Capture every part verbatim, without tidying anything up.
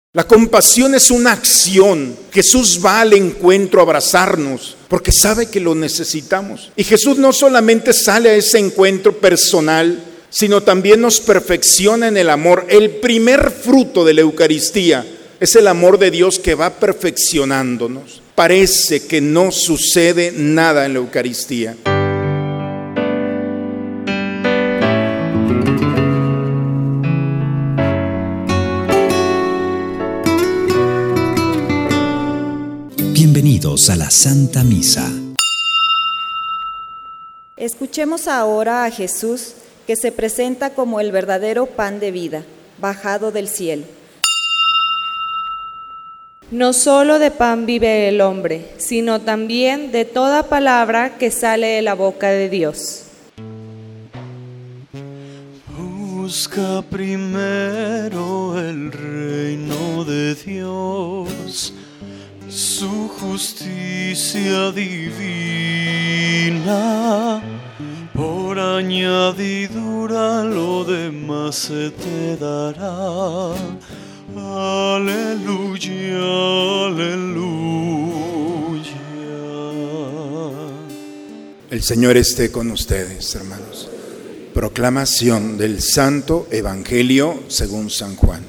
La compasión es una acción. Jesús va al encuentro a abrazarnos porque sabe que lo necesitamos. Y Jesús no solamente sale a ese encuentro personal, sino también nos perfecciona en el amor. El primer fruto de la Eucaristía es el amor de Dios que va perfeccionándonos. Parece que no sucede nada en la Eucaristía. Bienvenidos a la Santa Misa. Escuchemos ahora a Jesús, que se presenta como el verdadero pan de vida, bajado del cielo. No solo de pan vive el hombre, sino también de toda palabra que sale de la boca de Dios. Busca primero el reino de Dios, su justicia divina, por añadidura lo demás se te dará. Aleluya, aleluya. El Señor esté con ustedes, hermanos. Proclamación del Santo Evangelio según San Juan.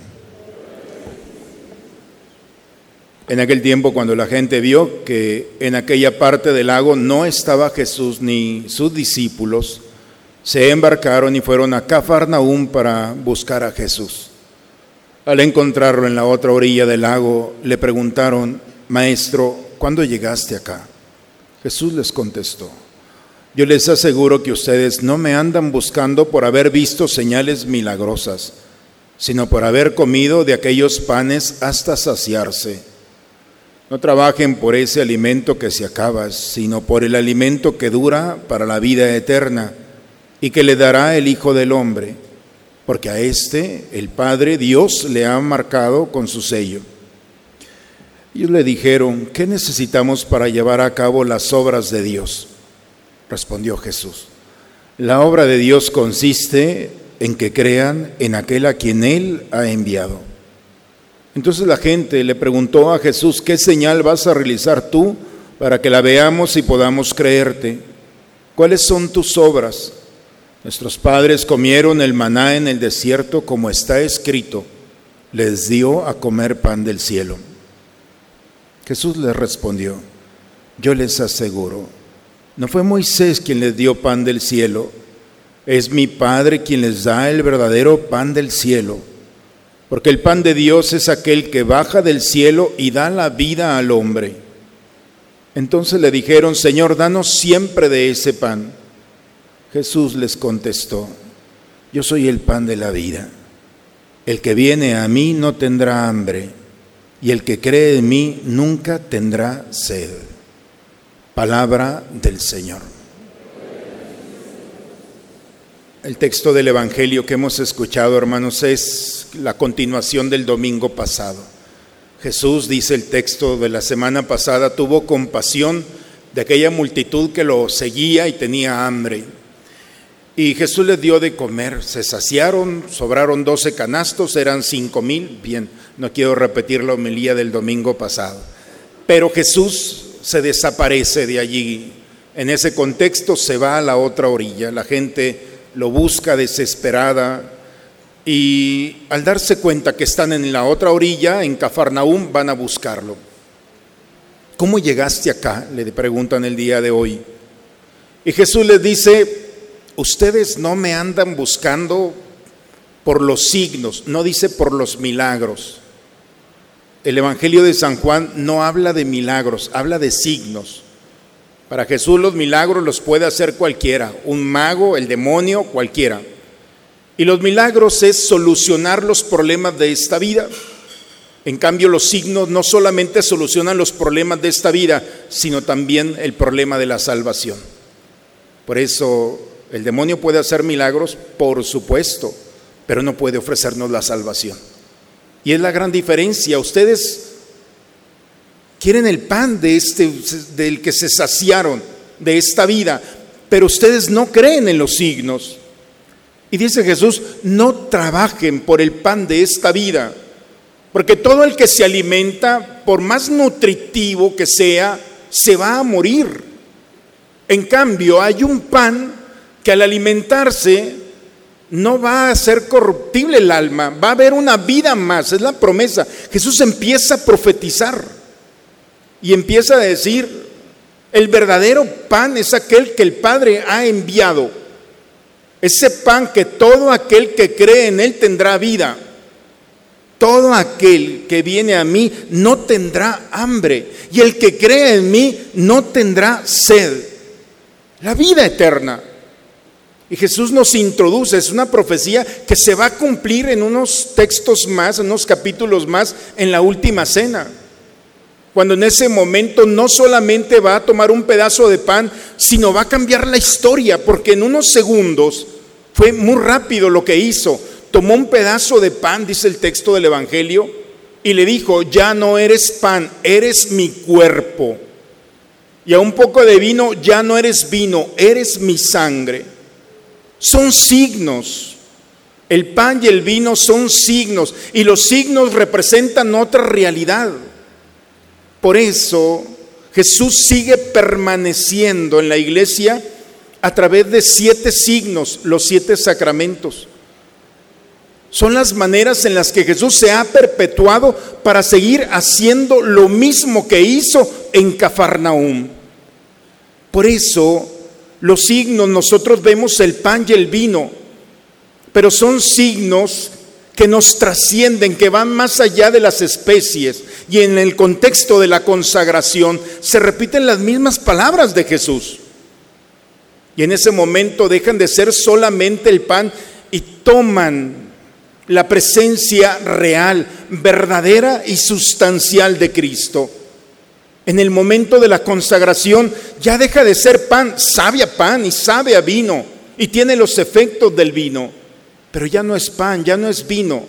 En aquel tiempo, cuando la gente vio que en aquella parte del lago no estaba Jesús ni sus discípulos, se embarcaron y fueron a Cafarnaúm para buscar a Jesús. Al encontrarlo en la otra orilla del lago, le preguntaron: Maestro, ¿cuándo llegaste acá? Jesús les contestó: Yo les aseguro que ustedes no me andan buscando por haber visto señales milagrosas, sino por haber comido de aquellos panes hasta saciarse. No trabajen por ese alimento que se acaba, sino por el alimento que dura para la vida eterna y que le dará el Hijo del Hombre, porque a este, el Padre, Dios le ha marcado con su sello. Ellos le dijeron: ¿qué necesitamos para llevar a cabo las obras de Dios? Respondió Jesús: La obra de Dios consiste en que crean en aquel a quien Él ha enviado. Entonces la gente le preguntó a Jesús: ¿qué señal vas a realizar tú para que la veamos y podamos creerte? ¿Cuáles son tus obras? Nuestros padres comieron el maná en el desierto, como está escrito: les dio a comer pan del cielo. Jesús les respondió: Yo les aseguro, no fue Moisés quien les dio pan del cielo, es mi Padre quien les da el verdadero pan del cielo. Porque el pan de Dios es aquel que baja del cielo y da la vida al hombre. Entonces le dijeron: Señor, danos siempre de ese pan. Jesús les contestó: Yo soy el pan de la vida. El que viene a mí no tendrá hambre, y el que cree en mí nunca tendrá sed. Palabra del Señor. El texto del Evangelio que hemos escuchado, hermanos, es la continuación del domingo pasado. Jesús, dice el texto de la semana pasada, tuvo compasión de aquella multitud que lo seguía y tenía hambre. Y Jesús les dio de comer, se saciaron, sobraron doce canastos, eran cinco mil. Bien, no quiero repetir la homilía del domingo pasado. Pero Jesús se desaparece de allí. En ese contexto se va a la otra orilla. La gente lo busca desesperada y al darse cuenta que están en la otra orilla, en Cafarnaúm, van a buscarlo. ¿Cómo llegaste acá?, le preguntan el día de hoy. Y Jesús les dice: ustedes no me andan buscando por los signos, no dice por los milagros. El Evangelio de San Juan no habla de milagros, habla de signos. Para Jesús los milagros los puede hacer cualquiera, un mago, el demonio, cualquiera. Y los milagros es solucionar los problemas de esta vida. En cambio, los signos no solamente solucionan los problemas de esta vida, sino también el problema de la salvación. Por eso, el demonio puede hacer milagros, por supuesto, pero no puede ofrecernos la salvación. Y es la gran diferencia. Ustedes quieren el pan de este, del que se saciaron, de esta vida, pero ustedes no creen en los signos. Y dice Jesús: no trabajen por el pan de esta vida, Porque todo el que se alimenta, por más nutritivo que sea, se va a morir. En cambio, hay un pan que al alimentarse no va a ser corruptible el alma, va a haber una vida más, es la promesa. Jesús empieza a profetizar y empieza a decir, el verdadero pan es aquel que el Padre ha enviado. Ese pan que todo aquel que cree en él tendrá vida. Todo aquel que viene a mí no tendrá hambre, y el que cree en mí no tendrá sed. La vida eterna. Y Jesús nos introduce, es una profecía que se va a cumplir en unos textos más, en unos capítulos más, en la última cena. Cuando en ese momento no solamente va a tomar un pedazo de pan, sino va a cambiar la historia, porque en unos segundos fue muy rápido lo que hizo. Tomó un pedazo de pan, dice el texto del Evangelio, y le dijo, ya no eres pan, eres mi cuerpo. Y a un poco de vino, ya no eres vino, eres mi sangre. Son signos. El pan y el vino son signos, y los signos representan otra realidad. Por eso Jesús sigue permaneciendo en la iglesia a través de siete signos, los siete sacramentos. Son las maneras en las que Jesús se ha perpetuado para seguir haciendo lo mismo que hizo en Cafarnaúm. Por eso los signos, nosotros vemos el pan y el vino, pero son signos que nos trascienden, que van más allá de las especies. Y en el contexto de la consagración se repiten las mismas palabras de Jesús. Y en ese momento dejan de ser solamente el pan y toman la presencia real, verdadera y sustancial de Cristo. En el momento de la consagración ya deja de ser pan, sabe a pan y sabe a vino y tiene los efectos del vino, pero ya no es pan, ya no es vino.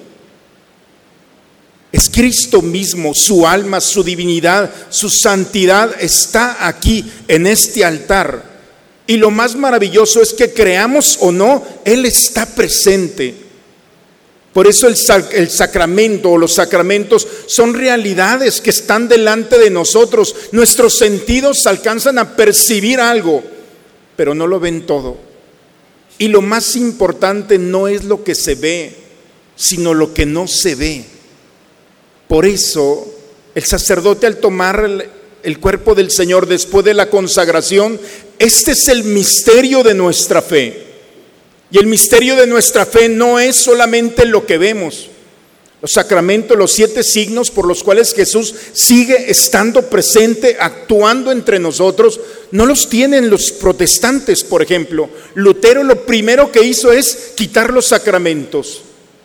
Es Cristo mismo, su alma, su divinidad, su santidad está aquí en este altar. Y lo más maravilloso es que creamos o no, Él está presente. Por eso el, sac- el sacramento o los sacramentos son realidades que están delante de nosotros. Nuestros sentidos alcanzan a percibir algo, pero no lo ven todo. Y lo más importante no es lo que se ve, sino lo que no se ve. Por eso el sacerdote, al tomar el, el cuerpo del Señor después de la consagración, este es el misterio de nuestra fe. Y el misterio de nuestra fe no es solamente lo que vemos. Los sacramentos, los siete signos por los cuales Jesús sigue estando presente, actuando entre nosotros, no los tienen los protestantes, por ejemplo. Lutero lo primero que hizo es quitar los sacramentos.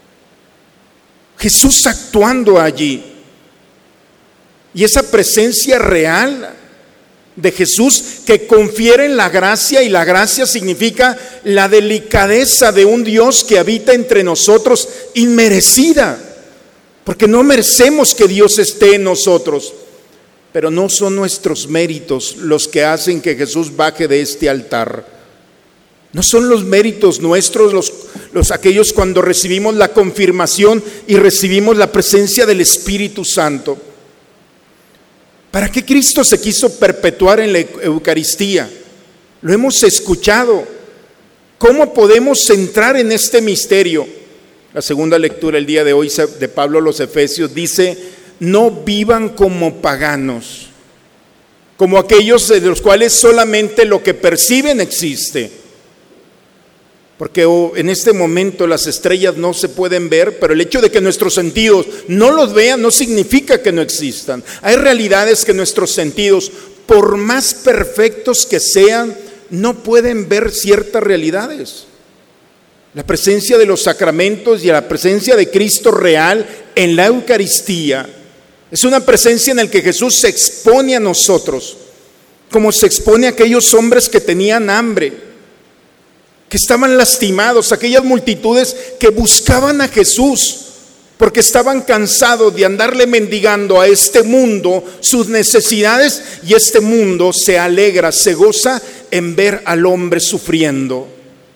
Jesús actuando allí. Y esa presencia real de Jesús que confiere en la gracia, y la gracia significa la delicadeza de un Dios que habita entre nosotros, inmerecida, porque no merecemos que Dios esté en nosotros, pero no son nuestros méritos los que hacen que Jesús baje de este altar. No son los méritos nuestros los, los aquellos cuando recibimos la confirmación y recibimos la presencia del Espíritu Santo. ¿Para qué Cristo se quiso perpetuar en la Eucaristía? Lo hemos escuchado. ¿Cómo podemos entrar en este misterio? La segunda lectura el día de hoy de Pablo a los Efesios dice: no vivan como paganos, como aquellos de los cuales solamente lo que perciben existe. Porque en este momento las estrellas no se pueden ver, pero el hecho de que nuestros sentidos no los vean no significa que no existan. Hay realidades que nuestros sentidos, por más perfectos que sean, no pueden ver ciertas realidades. La presencia de los sacramentos y la presencia de Cristo real en la Eucaristía es una presencia en la que Jesús se expone a nosotros, como se expone a aquellos hombres que tenían hambre, que estaban lastimados, aquellas multitudes que buscaban a Jesús porque estaban cansados de andarle mendigando a este mundo sus necesidades, y este mundo se alegra, se goza en ver al hombre sufriendo.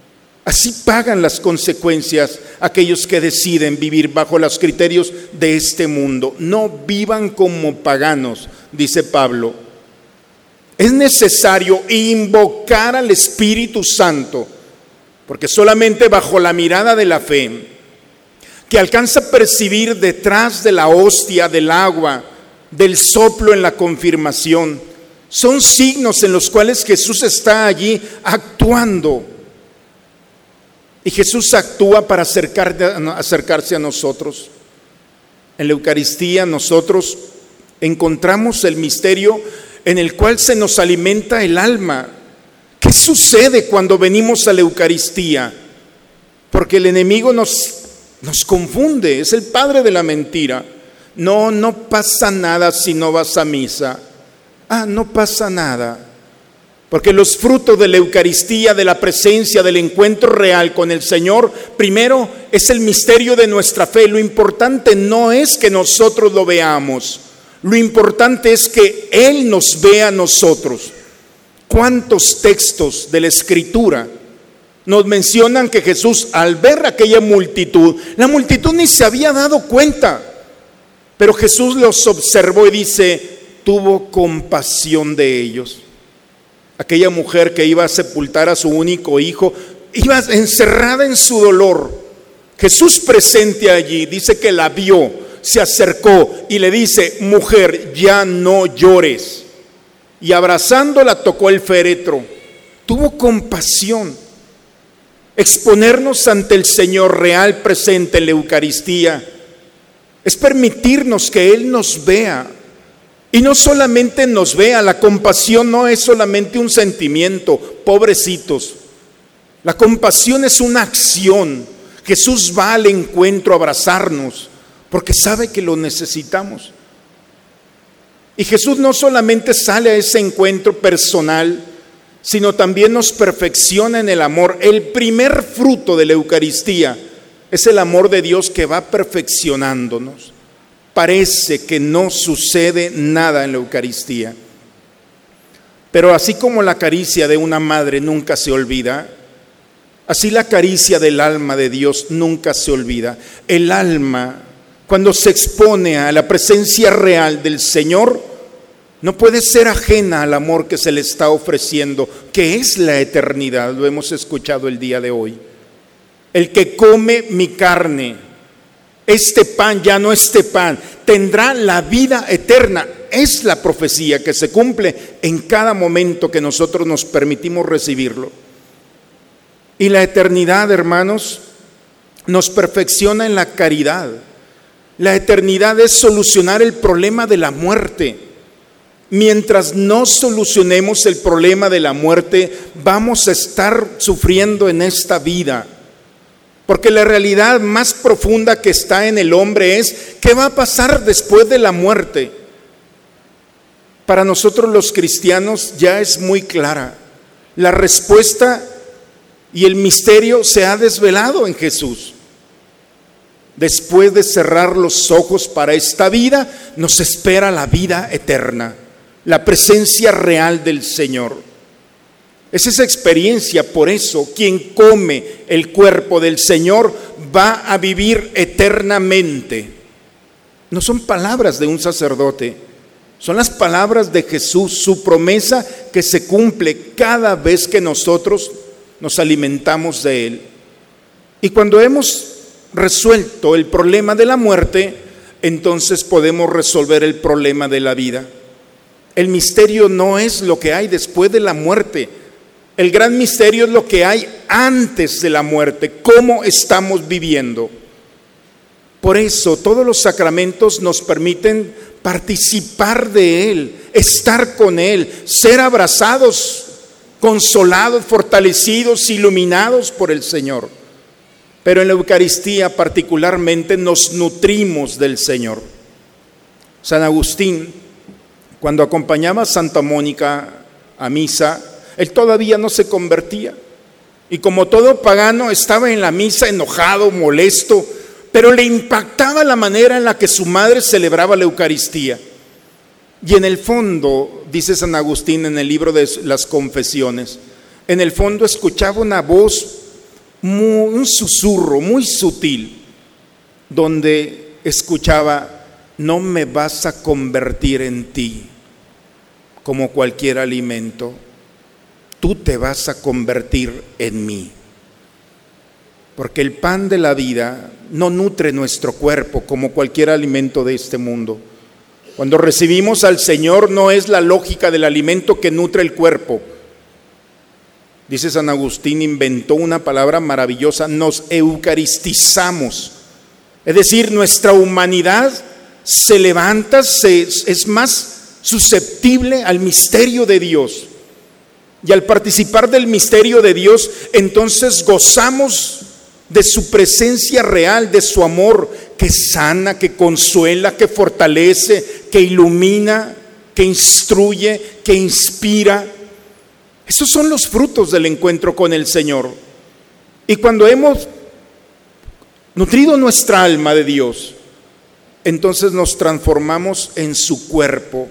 Así pagan las consecuencias aquellos que deciden vivir bajo los criterios de este mundo. No vivan como paganos, dice Pablo. Es necesario invocar al Espíritu Santo, porque solamente bajo la mirada de la fe, que alcanza a percibir detrás de la hostia, del agua, del soplo en la confirmación, son signos en los cuales Jesús está allí actuando. Y Jesús actúa para acercarse a nosotros. En la Eucaristía nosotros encontramos el misterio en el cual se nos alimenta el alma. ¿Qué sucede cuando venimos a la Eucaristía? Porque el enemigo nos, nos confunde, es el padre de la mentira. No, no pasa nada si no vas a misa. Ah, no pasa nada. Porque los frutos de la Eucaristía, de la presencia, del encuentro real con el Señor, primero es el misterio de nuestra fe. Lo importante no es que nosotros lo veamos, lo importante es que Él nos vea a nosotros. ¿Cuántos textos de la Escritura nos mencionan que Jesús, al ver aquella multitud, la multitud ni se había dado cuenta, pero Jesús los observó y dice, tuvo compasión de ellos? Aquella mujer que iba a sepultar a su único hijo, iba encerrada en su dolor. Jesús presente allí, dice que la vio, se acercó y le dice, mujer, ya no llores. Y abrazándola tocó el féretro. Tuvo compasión. Exponernos ante el Señor real presente en la Eucaristía es permitirnos que Él nos vea. Y no solamente nos vea, la compasión no es solamente un sentimiento, pobrecitos. La compasión es una acción. Jesús va al encuentro a abrazarnos porque sabe que lo necesitamos. Y Jesús no solamente sale a ese encuentro personal, sino también nos perfecciona en el amor. El primer fruto de la Eucaristía es el amor de Dios que va perfeccionándonos. Parece que no sucede nada en la Eucaristía, pero así como la caricia de una madre nunca se olvida, así la caricia del alma de Dios nunca se olvida. El alma, cuando se expone a la presencia real del Señor, no puede ser ajena al amor que se le está ofreciendo, que es la eternidad. Lo hemos escuchado el día de hoy. El que come mi carne, este pan, ya no este pan, tendrá la vida eterna. Es la profecía que se cumple en cada momento que nosotros nos permitimos recibirlo. Y la eternidad, hermanos, nos perfecciona en la caridad. La eternidad es solucionar el problema de la muerte. Mientras no solucionemos el problema de la muerte, vamos a estar sufriendo en esta vida. Porque la realidad más profunda que está en el hombre es ¿qué va a pasar después de la muerte? Para nosotros los cristianos ya es muy clara. La respuesta y el misterio se ha desvelado en Jesús. Después de cerrar los ojos para esta vida, nos espera la vida eterna, la presencia real del Señor. Es esa experiencia, por eso quien come el cuerpo del Señor va a vivir eternamente. No son palabras de un sacerdote, son las palabras de Jesús, su promesa que se cumple cada vez que nosotros nos alimentamos de Él. Y cuando hemos resuelto el problema de la muerte, entonces podemos resolver el problema de la vida. El misterio no es lo que hay después de la muerte. El gran misterio es lo que hay antes de la muerte, cómo estamos viviendo. Por eso todos los sacramentos nos permiten participar de Él, estar con Él, ser abrazados, consolados, fortalecidos, iluminados por el Señor. Pero en la Eucaristía particularmente nos nutrimos del Señor. San Agustín, cuando acompañaba a Santa Mónica a misa, él todavía no se convertía. Y como todo pagano estaba en la misa enojado, molesto, pero le impactaba la manera en la que su madre celebraba la Eucaristía. Y en el fondo, dice San Agustín en el libro de las Confesiones, en el fondo escuchaba una voz muy, un susurro muy sutil, donde escuchaba: no me vas a convertir en ti como cualquier alimento, tú te vas a convertir en mí. Porque el pan de la vida no nutre nuestro cuerpo como cualquier alimento de este mundo. Cuando recibimos al Señor, no es la lógica del alimento que nutre el cuerpo. Dice San Agustín, inventó una palabra maravillosa: nos eucaristizamos. Es decir, nuestra humanidad se levanta, se, es más susceptible al misterio de Dios. Y al participar del misterio de Dios, entonces gozamos de su presencia real, de su amor que sana, que consuela, que fortalece, que ilumina, que instruye, que inspira. Esos son los frutos del encuentro con el Señor. Y cuando hemos nutrido nuestra alma de Dios, entonces nos transformamos en su cuerpo.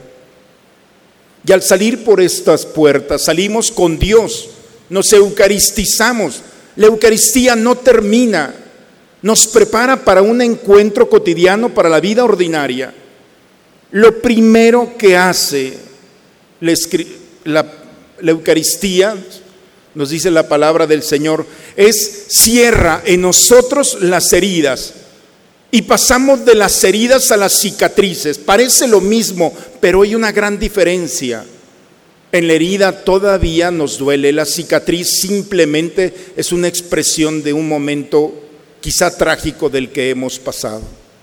Y al salir por estas puertas, salimos con Dios, nos eucaristizamos. La Eucaristía no termina, nos prepara para un encuentro cotidiano, para la vida ordinaria. Lo primero que hace la, la, la Eucaristía, nos dice la palabra del Señor, es cierra en nosotros las heridas. Y pasamos de las heridas a las cicatrices. Parece lo mismo, pero hay una gran diferencia. En la herida todavía nos duele, la cicatriz simplemente es una expresión de un momento quizá trágico del que hemos pasado.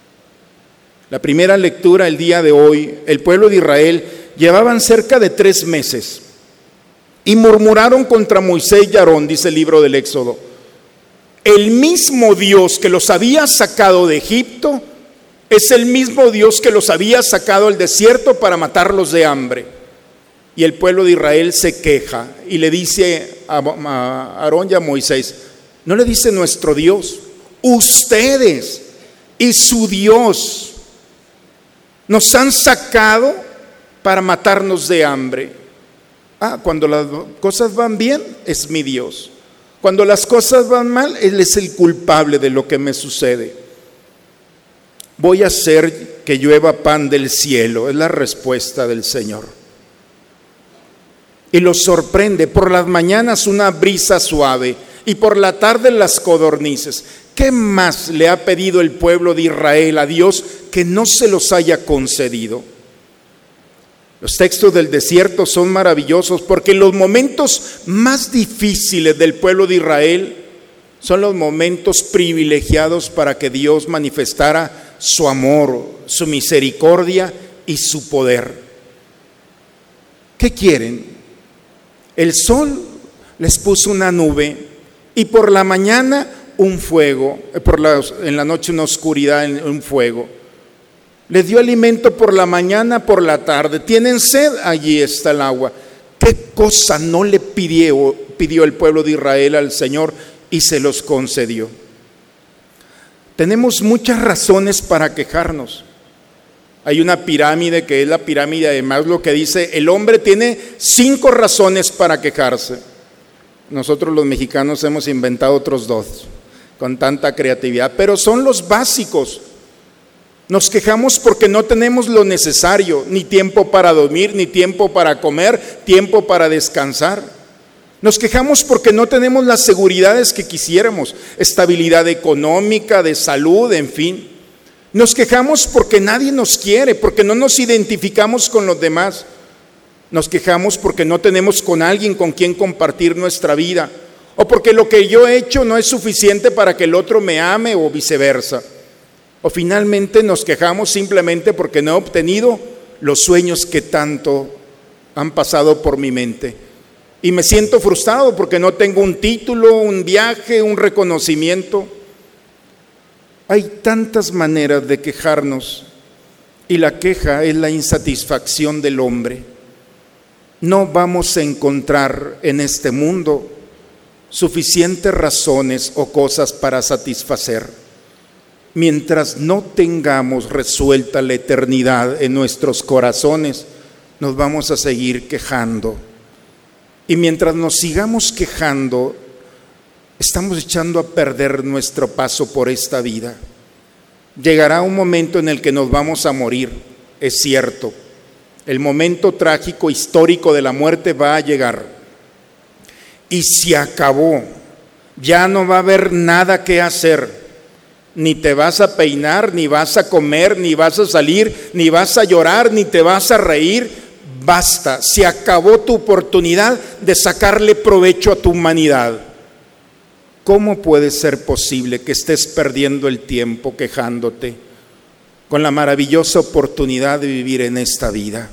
La primera lectura el día de hoy, el pueblo de Israel llevaban cerca de tres meses y murmuraron contra Moisés y Aarón, dice el libro del Éxodo. El mismo Dios que los había sacado de Egipto es el mismo Dios que los había sacado al desierto para matarlos de hambre. Y el pueblo de Israel se queja y le dice a Aarón y a Moisés, no le dice nuestro Dios, ustedes y su Dios nos han sacado para matarnos de hambre. Ah, cuando las cosas van bien, es mi Dios. Cuando las cosas van mal, Él es el culpable de lo que me sucede. Voy a hacer que llueva pan del cielo, es la respuesta del Señor. Y los sorprende, por las mañanas una brisa suave y por la tarde las codornices. ¿Qué más le ha pedido el pueblo de Israel a Dios que no se los haya concedido? Los textos del desierto son maravillosos porque los momentos más difíciles del pueblo de Israel son los momentos privilegiados para que Dios manifestara su amor, su misericordia y su poder. ¿Qué quieren? El sol les puso una nube y por la mañana un fuego, por la, en la noche una oscuridad, un fuego. Les dio alimento por la mañana, por la tarde. ¿Tienen sed? Allí está el agua. ¿Qué cosa no le pidió, pidió el pueblo de Israel al Señor y se los concedió? Tenemos muchas razones para quejarnos. Hay una pirámide que es la pirámide de Maslow que dice, el hombre tiene cinco razones para quejarse. Nosotros los mexicanos hemos inventado otros dos con tanta creatividad, pero son los básicos. Nos quejamos porque no tenemos lo necesario, ni tiempo para dormir, ni tiempo para comer, tiempo para descansar. Nos quejamos porque no tenemos las seguridades que quisiéramos, estabilidad económica, de salud, en fin. Nos quejamos porque nadie nos quiere, porque no nos identificamos con los demás. Nos quejamos porque no tenemos con alguien con quien compartir nuestra vida, o porque lo que yo he hecho no es suficiente para que el otro me ame o viceversa. O finalmente nos quejamos simplemente porque no he obtenido los sueños que tanto han pasado por mi mente. Y me siento frustrado porque no tengo un título, un viaje, un reconocimiento. Hay tantas maneras de quejarnos y la queja es la insatisfacción del hombre. No vamos a encontrar en este mundo suficientes razones o cosas para satisfacer. Mientras no tengamos resuelta la eternidad en nuestros corazones, nos vamos a seguir quejando. Y mientras nos sigamos quejando, estamos echando a perder nuestro paso por esta vida. Llegará un momento en el que nos vamos a morir, es cierto. El momento trágico, histórico de la muerte va a llegar. Y se acabó. Ya no va a haber nada que hacer. Ni te vas a peinar, ni vas a comer, ni vas a salir, ni vas a llorar, ni te vas a reír. Basta, se acabó tu oportunidad de sacarle provecho a tu humanidad. ¿Cómo puede ser posible que estés perdiendo el tiempo quejándote con la maravillosa oportunidad de vivir en esta vida?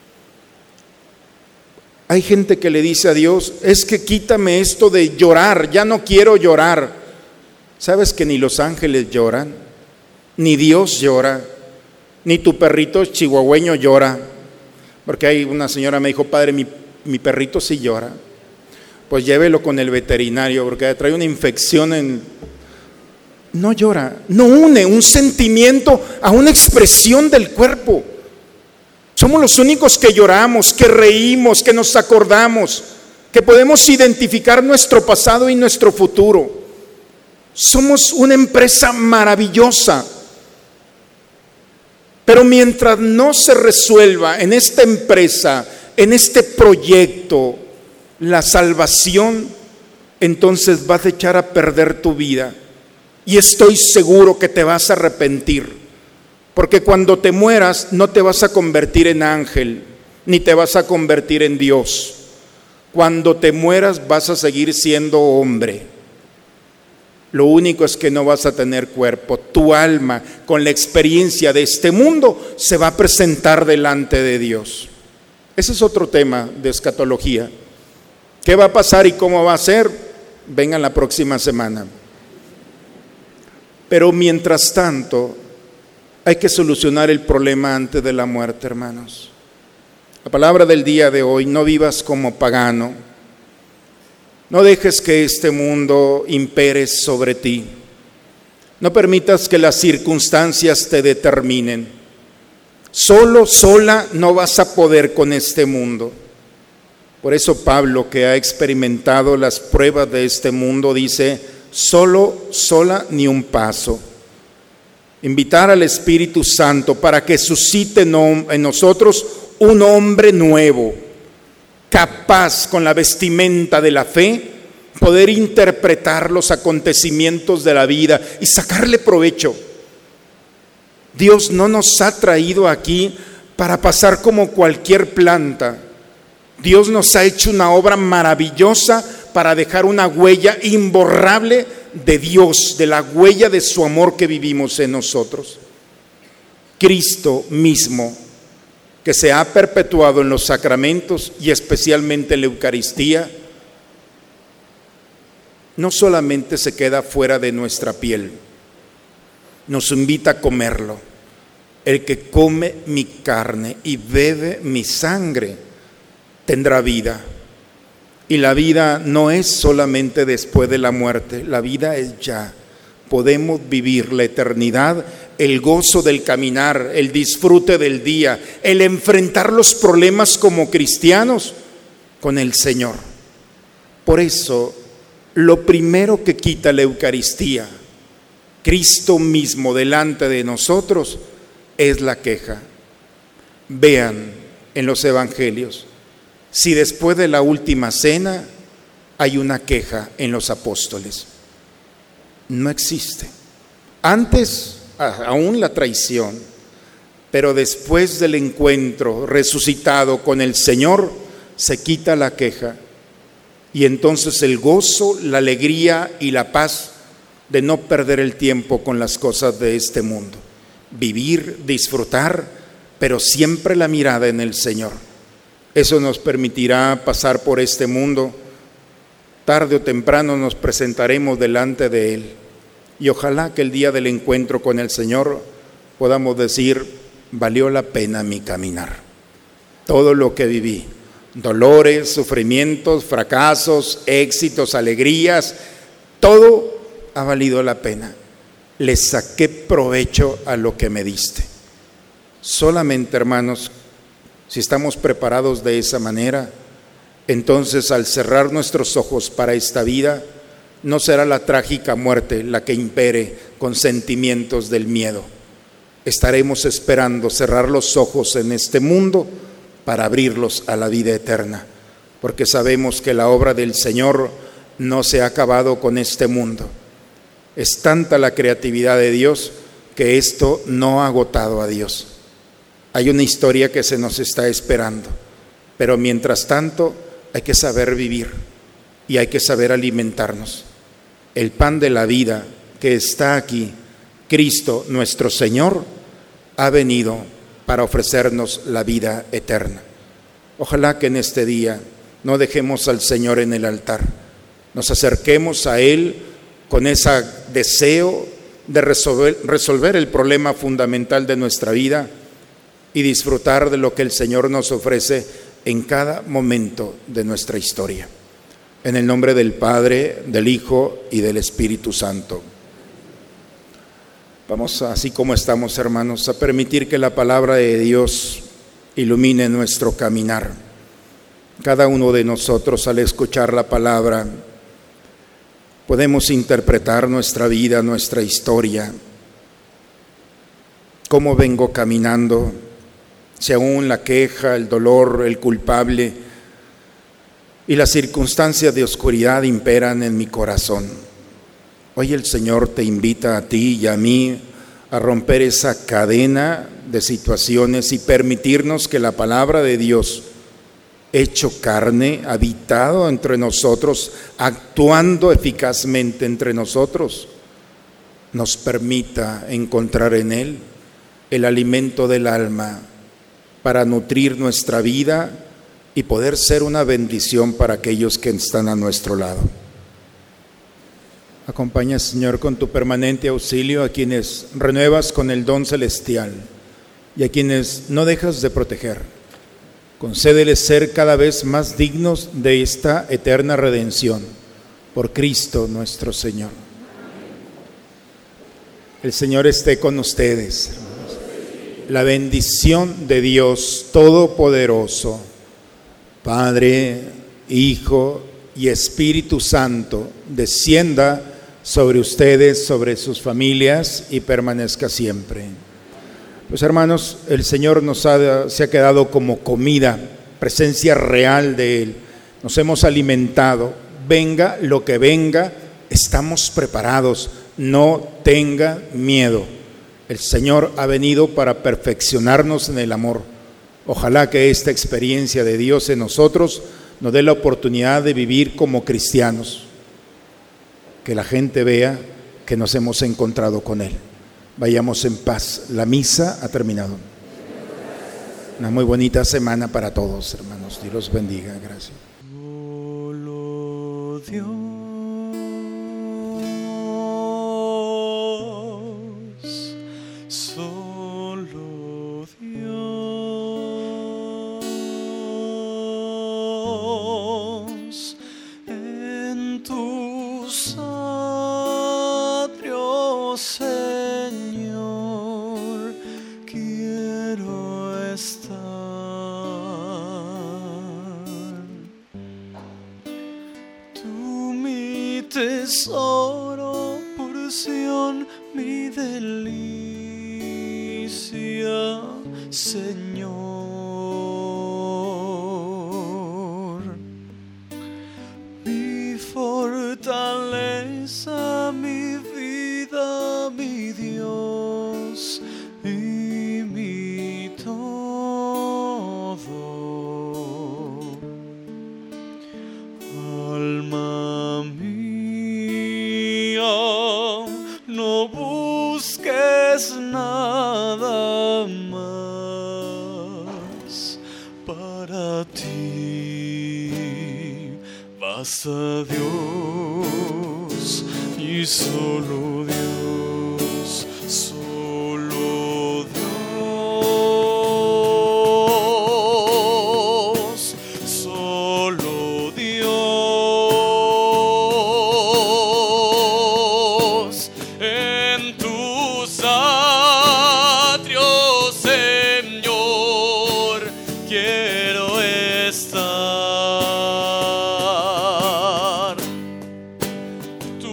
Hay gente que le dice a Dios, es que quítame esto de llorar, ya no quiero llorar. ¿Sabes que ni los ángeles lloran? Ni Dios llora, ni tu perrito chihuahueño llora. Porque hay una señora me dijo, padre, mi, mi perrito sí llora. Pues llévelo con el veterinario porque trae una infección en... No llora, no une un sentimiento a una expresión del cuerpo. Somos los únicos que lloramos, que reímos, que nos acordamos, que podemos identificar nuestro pasado y nuestro futuro. Somos una empresa maravillosa. Pero mientras no se resuelva en esta empresa, en este proyecto, la salvación, entonces vas a echar a perder tu vida. Y estoy seguro que te vas a arrepentir. Porque cuando te mueras no te vas a convertir en ángel, ni te vas a convertir en Dios. Cuando te mueras vas a seguir siendo hombre. Lo único es que no vas a tener cuerpo. Tu alma, con la experiencia de este mundo, se va a presentar delante de Dios. Ese es otro tema de escatología. ¿Qué va a pasar y cómo va a ser? Vengan la próxima semana. Pero mientras tanto, hay que solucionar el problema antes de la muerte, hermanos. La palabra del día de hoy, no vivas como pagano. No dejes que este mundo impere sobre ti. No permitas que las circunstancias te determinen. Solo, sola no vas a poder con este mundo. Por eso Pablo, que ha experimentado las pruebas de este mundo, dice, solo, sola, ni un paso. Invitar al Espíritu Santo para que suscite en nosotros un hombre nuevo, capaz con la vestimenta de la fe, poder interpretar los acontecimientos de la vida y sacarle provecho. Dios no nos ha traído aquí para pasar como cualquier planta. Dios nos ha hecho una obra maravillosa para dejar una huella imborrable de Dios, de la huella de su amor que vivimos en nosotros. Cristo mismo, que se ha perpetuado en los sacramentos y especialmente en la Eucaristía, no solamente se queda fuera de nuestra piel, nos invita a comerlo. El que come mi carne y bebe mi sangre tendrá vida. Y la vida no es solamente después de la muerte, la vida es ya. Podemos vivir la eternidad, el gozo del caminar, el disfrute del día, el enfrentar los problemas como cristianos con el Señor. Por eso, lo primero que quita la Eucaristía, Cristo mismo delante de nosotros, es la queja. Vean en los evangelios, si después de la última cena hay una queja en los apóstoles. No existe. Antes, aún la traición, pero después del encuentro resucitado con el Señor, se quita la queja. Y entonces el gozo, la alegría y la paz de no perder el tiempo con las cosas de este mundo. Vivir, disfrutar, pero siempre la mirada en el Señor. Eso nos permitirá pasar por este mundo. Tarde o temprano nos presentaremos delante de Él. Y ojalá que el día del encuentro con el Señor podamos decir, valió la pena mi caminar. Todo lo que viví, dolores, sufrimientos, fracasos, éxitos, alegrías, todo ha valido la pena. Le saqué provecho a lo que me diste. Solamente, hermanos, si estamos preparados de esa manera, entonces al cerrar nuestros ojos para esta vida, no será la trágica muerte la que impere con sentimientos del miedo. Estaremos esperando cerrar los ojos en este mundo para abrirlos a la vida eterna, porque sabemos que la obra del Señor no se ha acabado con este mundo. Es tanta la creatividad de Dios que esto no ha agotado a Dios. Hay una historia que se nos está esperando, pero mientras tanto hay que saber vivir y hay que saber alimentarnos. El pan de la vida que está aquí, Cristo nuestro Señor, ha venido para ofrecernos la vida eterna. Ojalá que en este día no dejemos al Señor en el altar, nos acerquemos a Él con ese deseo de resolver, resolver el problema fundamental de nuestra vida y disfrutar de lo que el Señor nos ofrece en cada momento de nuestra historia. En el nombre del Padre, del Hijo y del Espíritu Santo. Vamos, así como estamos, hermanos, a permitir que la palabra de Dios ilumine nuestro caminar. Cada uno de nosotros, al escuchar la palabra, podemos interpretar nuestra vida, nuestra historia. ¿Cómo vengo caminando? Si aún la queja, el dolor, el culpable y las circunstancias de oscuridad imperan en mi corazón. Hoy el Señor te invita a ti y a mí a romper esa cadena de situaciones y permitirnos que la palabra de Dios, hecho carne, habitado entre nosotros, actuando eficazmente entre nosotros, nos permita encontrar en Él el alimento del alma para nutrir nuestra vida y poder ser una bendición para aquellos que están a nuestro lado. Acompaña, Señor, con tu permanente auxilio a quienes renuevas con el don celestial y a quienes no dejas de proteger. Concédeles ser cada vez más dignos de esta eterna redención, por Cristo nuestro Señor. El Señor esté con ustedes. La bendición de Dios Todopoderoso, Padre, Hijo y Espíritu Santo, descienda sobre ustedes, sobre sus familias y permanezca siempre. Pues hermanos, el Señor nos ha, se ha quedado como comida, presencia real de Él. Nos hemos alimentado. Venga lo que venga, estamos preparados. No tenga miedo. El Señor ha venido para perfeccionarnos en el amor. Ojalá que esta experiencia de Dios en nosotros nos dé la oportunidad de vivir como cristianos. Que la gente vea que nos hemos encontrado con Él. Vayamos en paz. La misa ha terminado. Una muy bonita semana para todos, hermanos. Dios los bendiga. Gracias. Solo Dios, solo Dios, en tus atrios, Señor, quiero estar. Tú mi tesoro, porción, mi delicia, Señor. Mi fortaleza, mi vida, mi Dios y mi todo. Alma mía, no busques nada más para ti. Basta Dios y solo Dios, solo Dios, solo Dios, en tus atrios, Señor, quiero estar.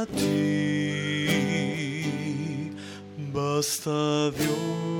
ti, basta Dios.